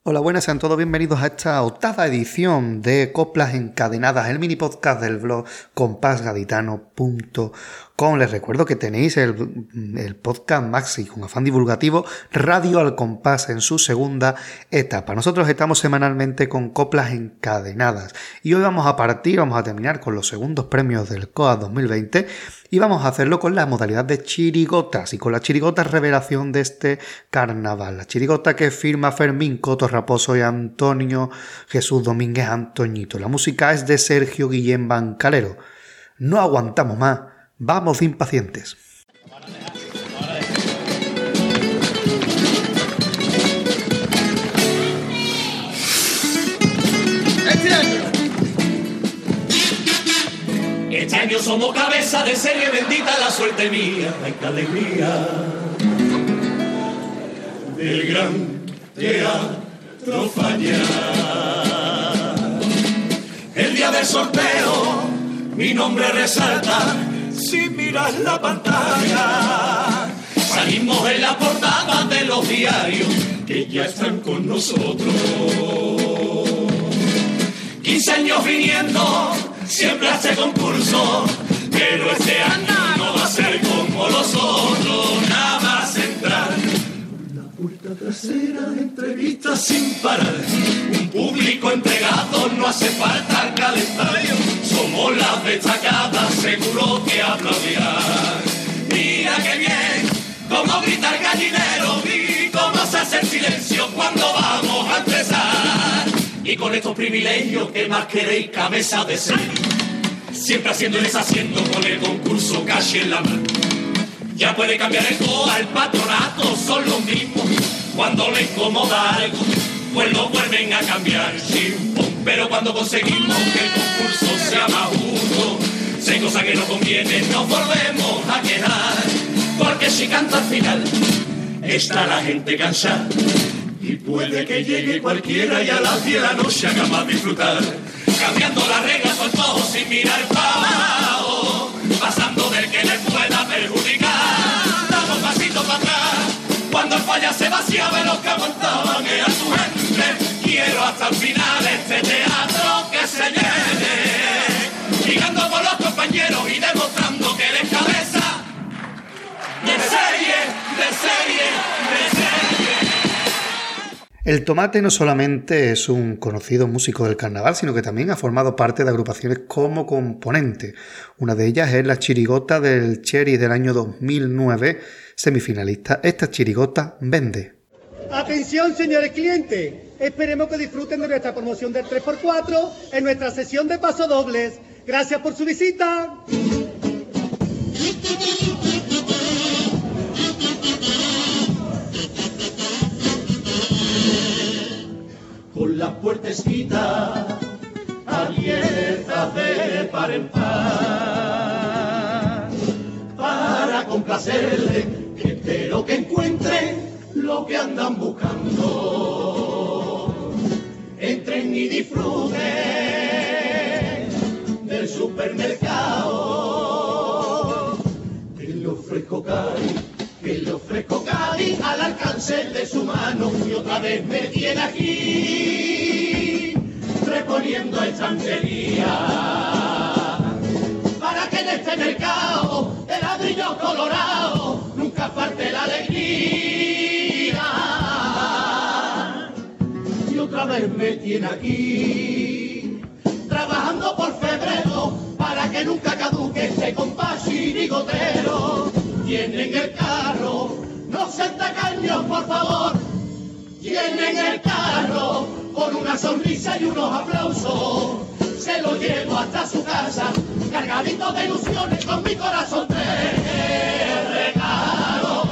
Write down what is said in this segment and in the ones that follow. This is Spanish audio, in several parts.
Hola, buenas, sean todos bienvenidos a esta octava edición de Coplas Encadenadas, el mini podcast del blog compasgaditano.com. Les recuerdo que tenéis el podcast Maxi con afán divulgativo Radio al Compás en su segunda etapa. Nosotros estamos semanalmente con Coplas Encadenadas y hoy vamos a terminar con los segundos premios del COA 2020 y vamos a hacerlo con la modalidad de chirigotas y con la chirigota revelación de este carnaval. La chirigota que firma Fermín Coto Raposo y Antonio Jesús Domínguez Antoñito. La música es de Sergio Guillén Bancalero. No aguantamos más, vamos impacientes. Este año somos cabeza de serie, bendita la suerte mía, ay qué alegría del gran teatro Falla. El día del sorteo mi nombre resalta, si miras la pantalla salimos en la portada de los diarios que ya están con nosotros. 15 años viniendo siempre a este concurso, pero este año no va a ser como los otros. Nada más entrar la puerta trasera, entrevistas sin parar, un público entregado, no hace falta calentar. Somos las destacadas, seguro que aplaudirán. Mira qué bien, cómo grita el gallinero y cómo se hace el silencio cuando vamos a empezar. Y con estos privilegios, ¿qué más queréis? Cabeza de serie, siempre haciendo el deshaciendo con el concurso cash en la mano. Ya puede cambiar el COA, el patronato, son los mismos. Cuando le incomoda algo, pues lo vuelven a cambiar. Pero cuando conseguimos que el concurso sea más justo, si hay cosas que no convienen, nos volvemos a quejar. Porque si canta al final, está la gente cansada. Y puede que llegue cualquiera y a las 10 de la noche haga más disfrutar. Cambiando las reglas con todo sin mirar para abajo, pasando del que le pueda perjudicar. Damos pasito para atrás, cuando el falla se vaciaba y los que aguantaban era su gente. Quiero hasta el final este teatro que se llene, llegando con los compañeros y demostrando que él es cabeza de serie, de serie, de serie. El Tomate no solamente es un conocido músico del carnaval, sino que también ha formado parte de agrupaciones como componente. Una de ellas es la chirigota del Cherry del año 2009, semifinalista. Esta chirigota vende. Atención, señores clientes, esperemos que disfruten de nuestra promoción del 3x4 en nuestra sesión de pasodobles. Gracias por su visita. Con las puertecitas abiertas de par en par, para complacerle, que espero que encuentren lo que andan buscando. Entren y disfruten del supermercado, que le ofrezco Cádiz al alcance de su mano. Y otra vez me tiene aquí reponiendo estantería, para que en este mercado de ladrillos colorados nunca falte la alegría. Y otra vez me tiene aquí trabajando por febrero, para que nunca caduque este compás chirigotero. Tienen el carro, no sean tacaños, por favor. Tienen el carro con una sonrisa y unos aplausos. Se lo llevo hasta su casa, cargadito de ilusiones, con mi corazón te regalo.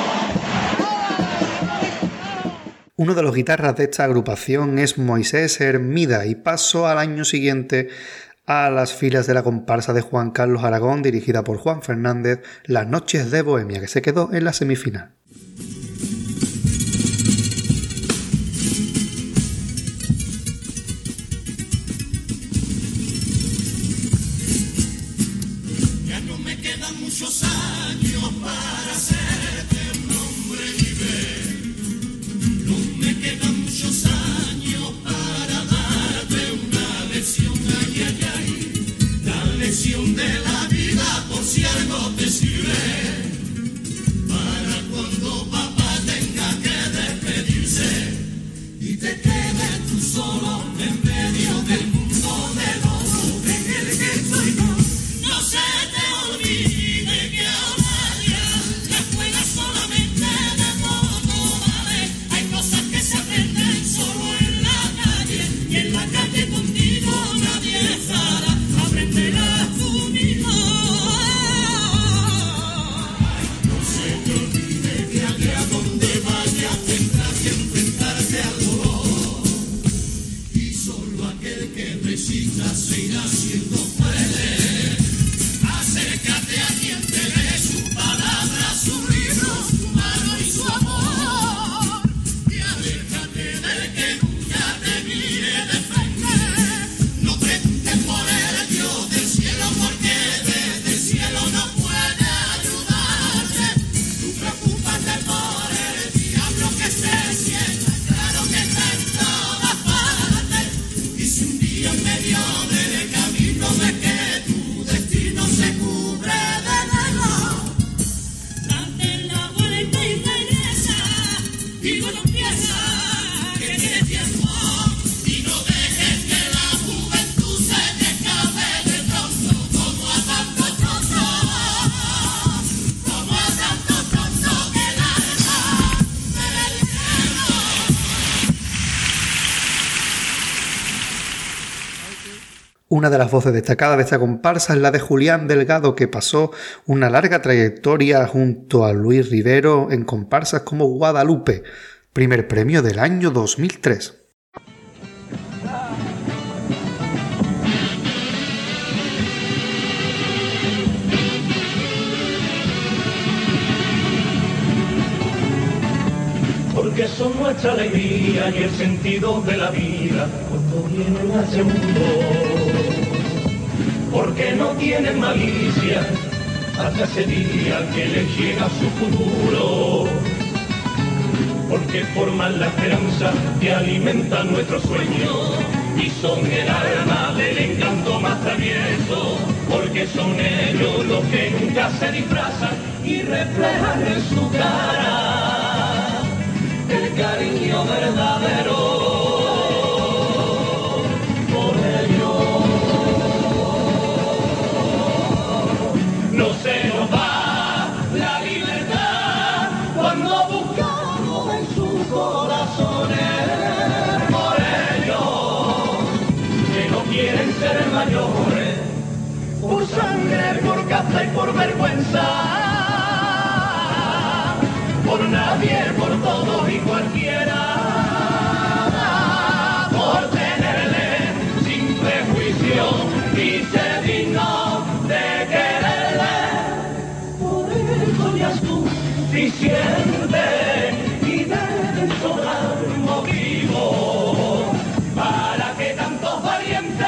Uno de los guitarras de esta agrupación es Moisés Hermida y pasó al año siguiente a las filas de la comparsa de Juan Carlos Aragón, dirigida por Juan Fernández, Las Noches de Bohemia, que se quedó en la semifinal. Ya no me quedan muchos años para hacerte un hombre libre. No me quedan muchos años lección de la vida por si algo te sirve. Para cuando papá tenga que despedirse y te quedes tú solo en medio del mundo de locos en el que estoy yo. No se te olvide que ahora ya la escuela solamente de poco vale. Hay cosas que se aprenden solo en la calle y en la calle contigo nadie estará. Aprenderás tú mismo. No se te olvide que allá donde vayas tendrás que enfrentarte al dolor. Y solo aquel que resista se irá siendo fuerte. Acércate a quien te dé sus palabras, sus libros, su mano y su amor. Y aléjate del que nunca te mire de frente. No preguntes por el Dios del cielo, porque desde el cielo no puede ayudarte. Tú preocúpate por el diablo que se sienta, claro que está en todas partes. Y si un día en medio del camino ves que tu destino se cubre de negro, date la vuelta y regresa. Y bueno, piensa que tienes tiempo y no dejes que la juventud se te escape de pronto, como a tanto pronto, como a tanto pronto que la dejas perdiendo. Una de las voces destacadas de esta comparsa es la de Julián Delgado, que pasó una larga trayectoria junto a Luis Rivero en comparsas como Guadalupe, primer premio del año 2003. Porque son nuestra alegría y el sentido de la vida cuando vienen a este mundo. Porque no tienen malicia hasta ese día que les llega su futuro. Porque forman la esperanza que alimenta nuestro sueño y son el alma del encanto más travieso. Porque son ellos los que nunca se disfrazan y reflejan en su cara el cariño verdadero por ellos. No se nos va la libertad cuando buscamos en sus corazones por ellos que no quieren ser mayores por sangre, por casta y por vergüenza. Por nadie, por todos y cualquiera, por tenerle sin prejuicio y ser digno de quererle. Por eso ya es suficiente y deben sobrar motivos para que tantos valientes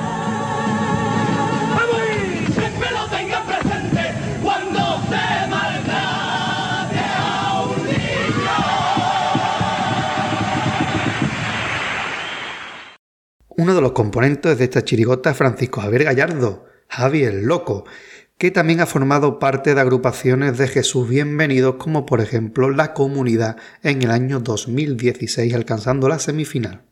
siempre lo tengan presente cuando se maltrate. Uno de los componentes de esta chirigota es Francisco Javier Gallardo, Javi el Loco, que también ha formado parte de agrupaciones de Jesús Bienvenidos, como por ejemplo La Comunidad en el año 2016, alcanzando la semifinal.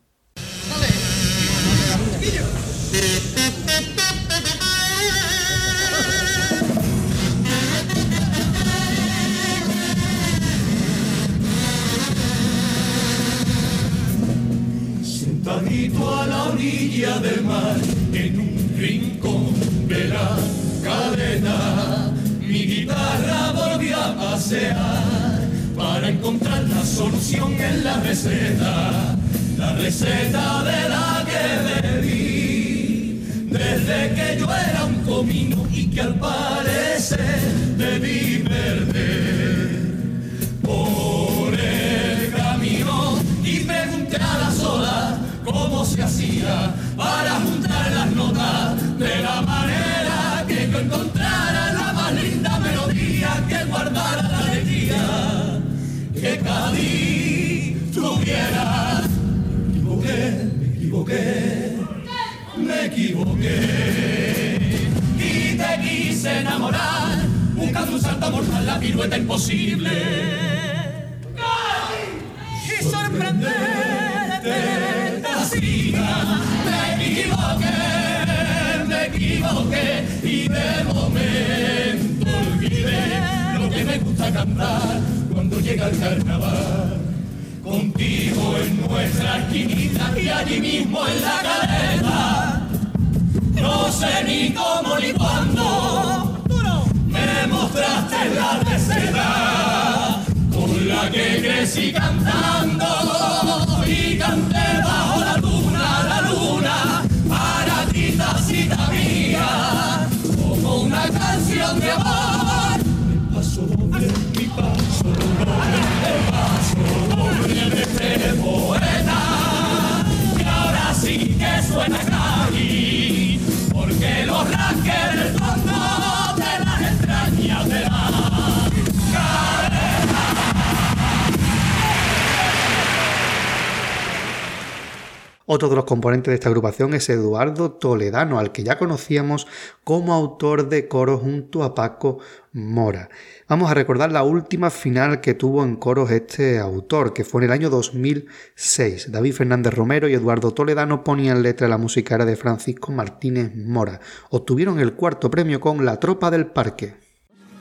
Sentadito a la orilla del mar, en un rincón de la cadena, mi guitarra volvió a pasear para encontrar la solución en la receta de la que bebí desde que yo era un comino y que al parecer debí perder por el camino. Y pregunté a las olas cómo se hacía para juntar las notas de la manera que yo encontrara la más linda melodía que guardara la alegría que Cádiz tuviera. Me equivoqué, y quise enamorar, buscando un salto mortal, la pirueta imposible. Y sorprenderte, Tasina, me equivoqué y de momento olvidé lo que me gusta cantar cuando llega el carnaval. Contigo en nuestra esquinita y allí mismo en la caleta, no sé ni cómo ni cuándo me mostraste la receta con la que crecí cantando y canté bajo la luna, para ti, tacita mía, como una canción de amor. El paso doble, mi paso doble, el paso doble de este poeta, y ahora sí que suena Cali, porque los rasques del fondo de las entrañas de la cadena. Otro de los componentes de esta agrupación es Eduardo Toledano, al que ya conocíamos como autor de coros junto a Paco Mora. Vamos a recordar la última final que tuvo en coros este autor, que fue en el año 2006. David Fernández Romero y Eduardo Toledano ponían letra a la música de Francisco Martínez Mora. Obtuvieron el cuarto premio con La Tropa del Parque.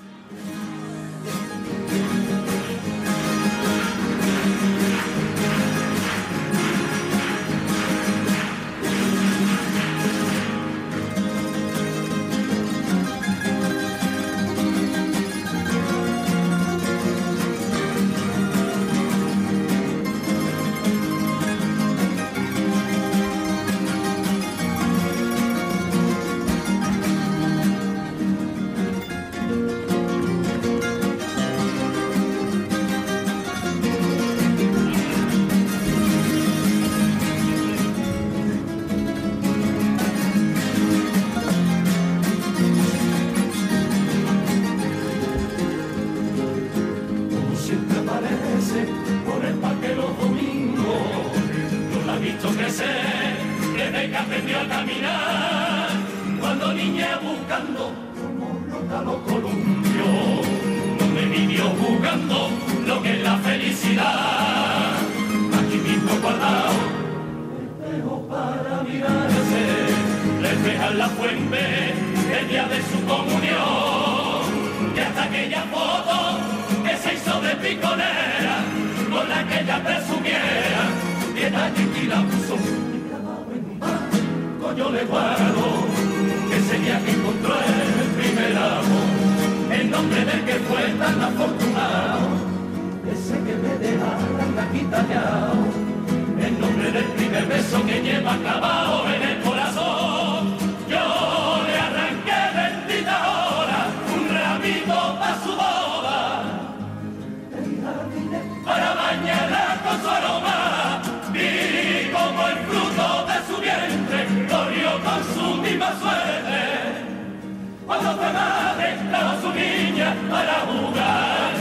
Cuando fue madre, daba su niña para jugar.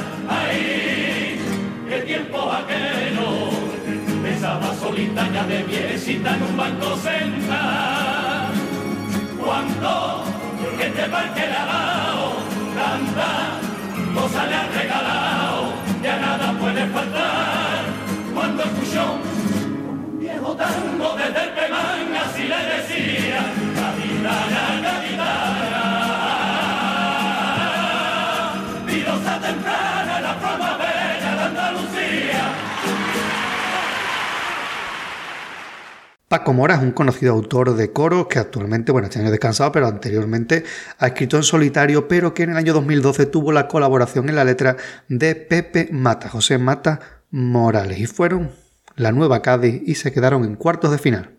Ahí, qué tiempo aquello. Besaba solita ya de viejecita en un banco sentada. Cuando este parque le ha dado tanta cosa le ha regalado, ya nada puede faltar. Cuando escuchó un viejo tango desde el Pemán, así le decía: capitana, capitana. Virosa temprana, la forma bella de Andalucía. Paco Mora es un conocido autor de coros que actualmente, este año descansado, pero anteriormente ha escrito en solitario, pero que en el año 2012 tuvo la colaboración en la letra de Pepe Mata, José Mata Morales, y fueron la Nueva Cádiz y se quedaron en cuartos de final.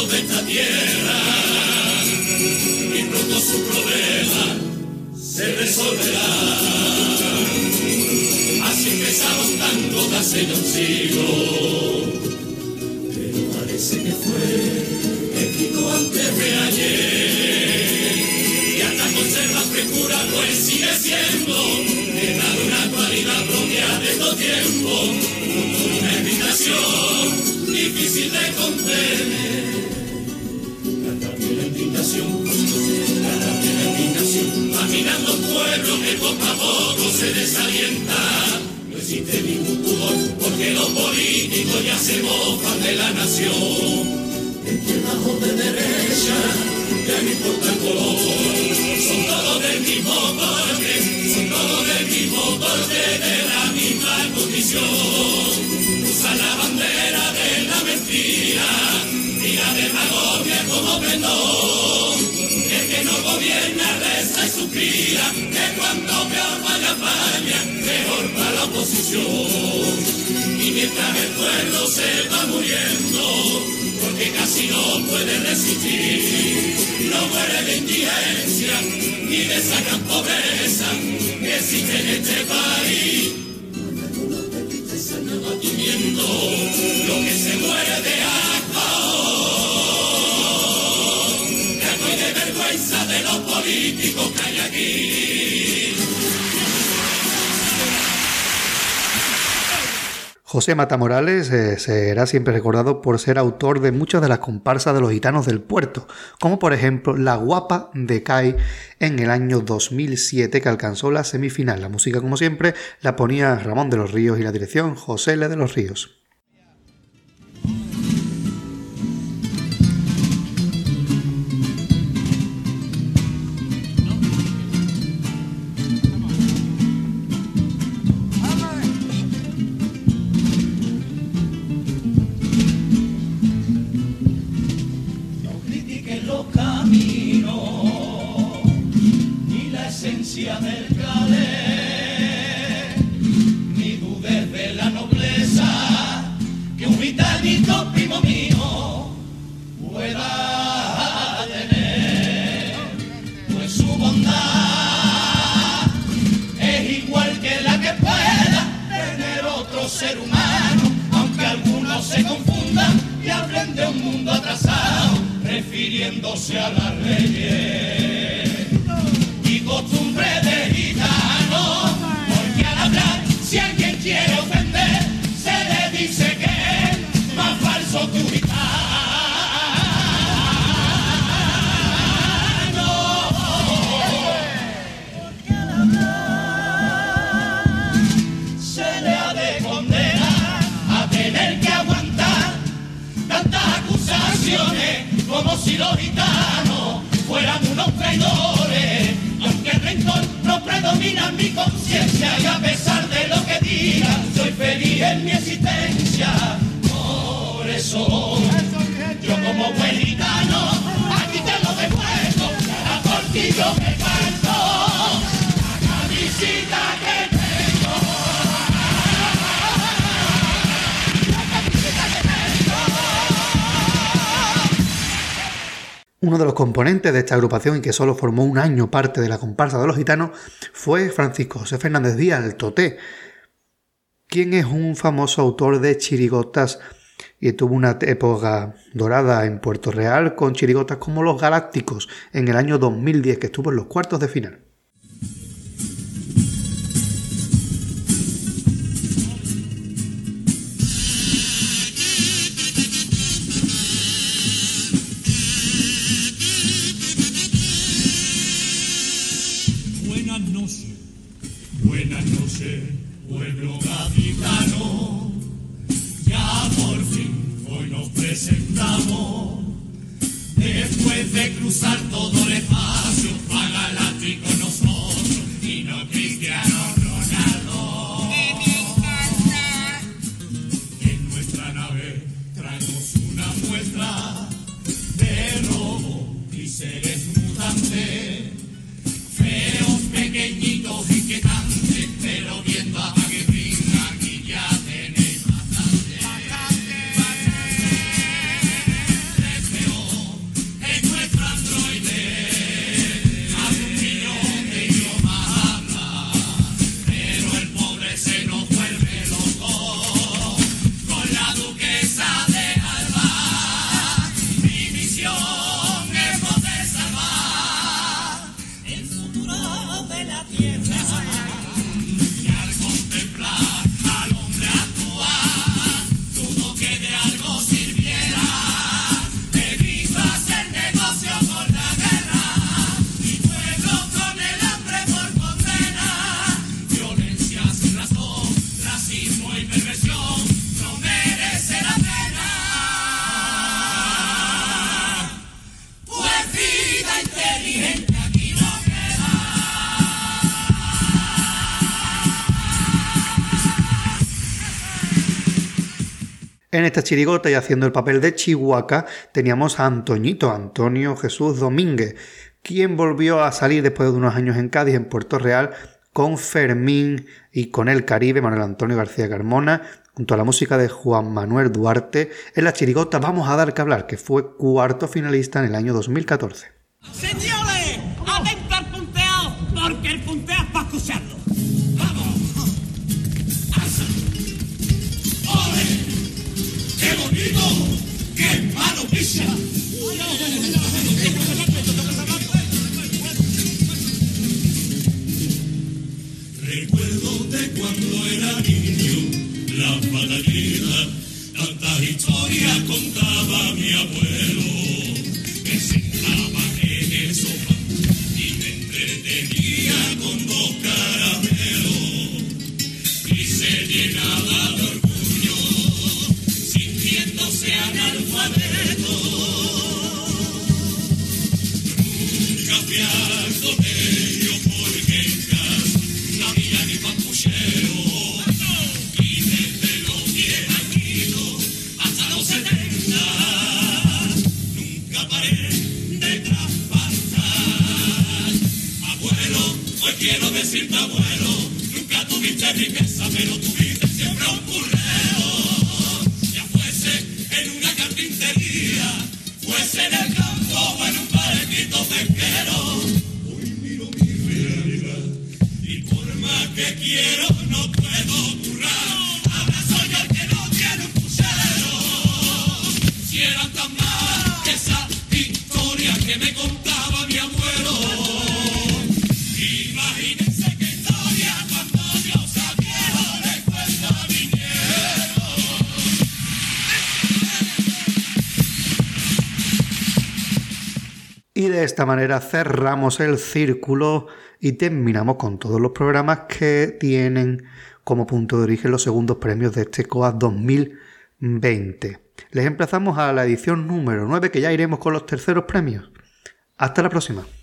pueblos de esta tierra y pronto su problema se resolverá. Así empezamos tanto de hace ya un siglo, pero parece que fue épico antes de ayer y hasta conserva frescura, pues sigue siendo una actualidad propia de estos tiempos, una invitación difícil de contener. También la indignación, caminando un pueblo que poco a poco se desalienta. No existe ningún pudor porque los políticos ya se mofan de la nación. De izquierda o de derecha, ya no importa el color, son todos del mismo corte, son todos del mismo corte, de la misma condición. Usan la bandera de la mentira y la demagogia como pendón. El que no gobierna reza y suspira, que cuando peor vaya España, mejor para la oposición. Y mientras el pueblo se va muriendo, porque casi no puede resistir, no muere de indigencia ni de esa gran pobreza que existe en este país. Lo que se muere de asco y de vergüenza de los políticos que hay aquí. José Mata Morales será siempre recordado por ser autor de muchas de las comparsas de los gitanos del puerto, como por ejemplo La Guapa de Cai en el año 2007, que alcanzó la semifinal. La música, como siempre, la ponía Ramón de los Ríos y la dirección José L. de los Ríos. Del calé, ni dudes de la nobleza que un gitanito primo mío pueda tener, pues su bondad es igual que la que pueda tener otro ser humano, aunque algunos se confundan y hablen de un mundo atrasado, refiriéndose a las leyes y costumbre de gitano, porque al hablar, si alguien quiere ofender, se le dice que es más falso que un gitano. Porque al hablar, se le ha de condenar a tener que aguantar tantas acusaciones, como si los gitanos fueran unos traidores. Aunque el rencor no predomina en mi conciencia y a pesar de lo que diga, soy feliz en mi existencia. Por eso, yo como buen gitano, aquí te lo demuestro, cada portillo me canto, cada visita que tengo, cada visita que tengo. Uno de los componentes de esta agrupación y que solo formó un año parte de la comparsa de los gitanos fue Francisco José Fernández Díaz, el Toté, quien es un famoso autor de chirigotas y tuvo una época dorada en Puerto Real con chirigotas como Los Galácticos en el año 2010, que estuvo en los cuartos de final. Buenas noches, pueblo gaditano, ya por fin hoy nos presentamos, después de cruzar todo el espacio, para galáctico nosotros y no Cristiano Ronaldo. En nuestra nave traemos una muestra de robo y seres mutantes, feos, pequeñitos y que pero viendo a Paquetín aquí ya tenéis bastante. Tres feos En esta chirigota y haciendo el papel de Chihuahua teníamos a Antonio Jesús Domínguez, quien volvió a salir después de unos años en Cádiz, en Puerto Real, con Fermín y con El Caribe, Manuel Antonio García Carmona, junto a la música de Juan Manuel Duarte, en la chirigota Vamos a dar que hablar, que fue cuarto finalista en el año 2014. Señores, atento al punteo, porque el punteo es para escucharlo. ¡Vamos! ¡Alza! ¡Ole! ¡Qué bonito! ¡Qué malo pisa! Recuerdo de cuando era niño, la batallitas, tantas historias contaba mi abuelo, que sentaba en el sofá y me entretenía con 2 caramelos, y se llenaba de orgullo, sintiéndose analfabeto. Nunca fui al colegio porque en casa no había ni papuchero, y desde los 10 añitos hasta los 70 nunca paré de trabajar. Abuelo, hoy quiero decirte abuelo, nunca tuviste riqueza, pero tuviste siempre un curreo. Ya fuese en una carpintería, fuese en el campo o en un barquito pesquero. Hoy miro mi realidad y por más que quiero no puedo currar. Ahora soy yo el que no tiene un puchero. Si era tan mal esa historia que me contaba mi abuelo, imagínense qué historia cuando Dios a viejo le cuenta a mi nieto. Y de esta manera cerramos el círculo y terminamos con todos los programas que tienen como punto de origen los segundos premios de este COAS 2020. Les emplazamos a la edición número 9, que ya iremos con los terceros premios. Hasta la próxima.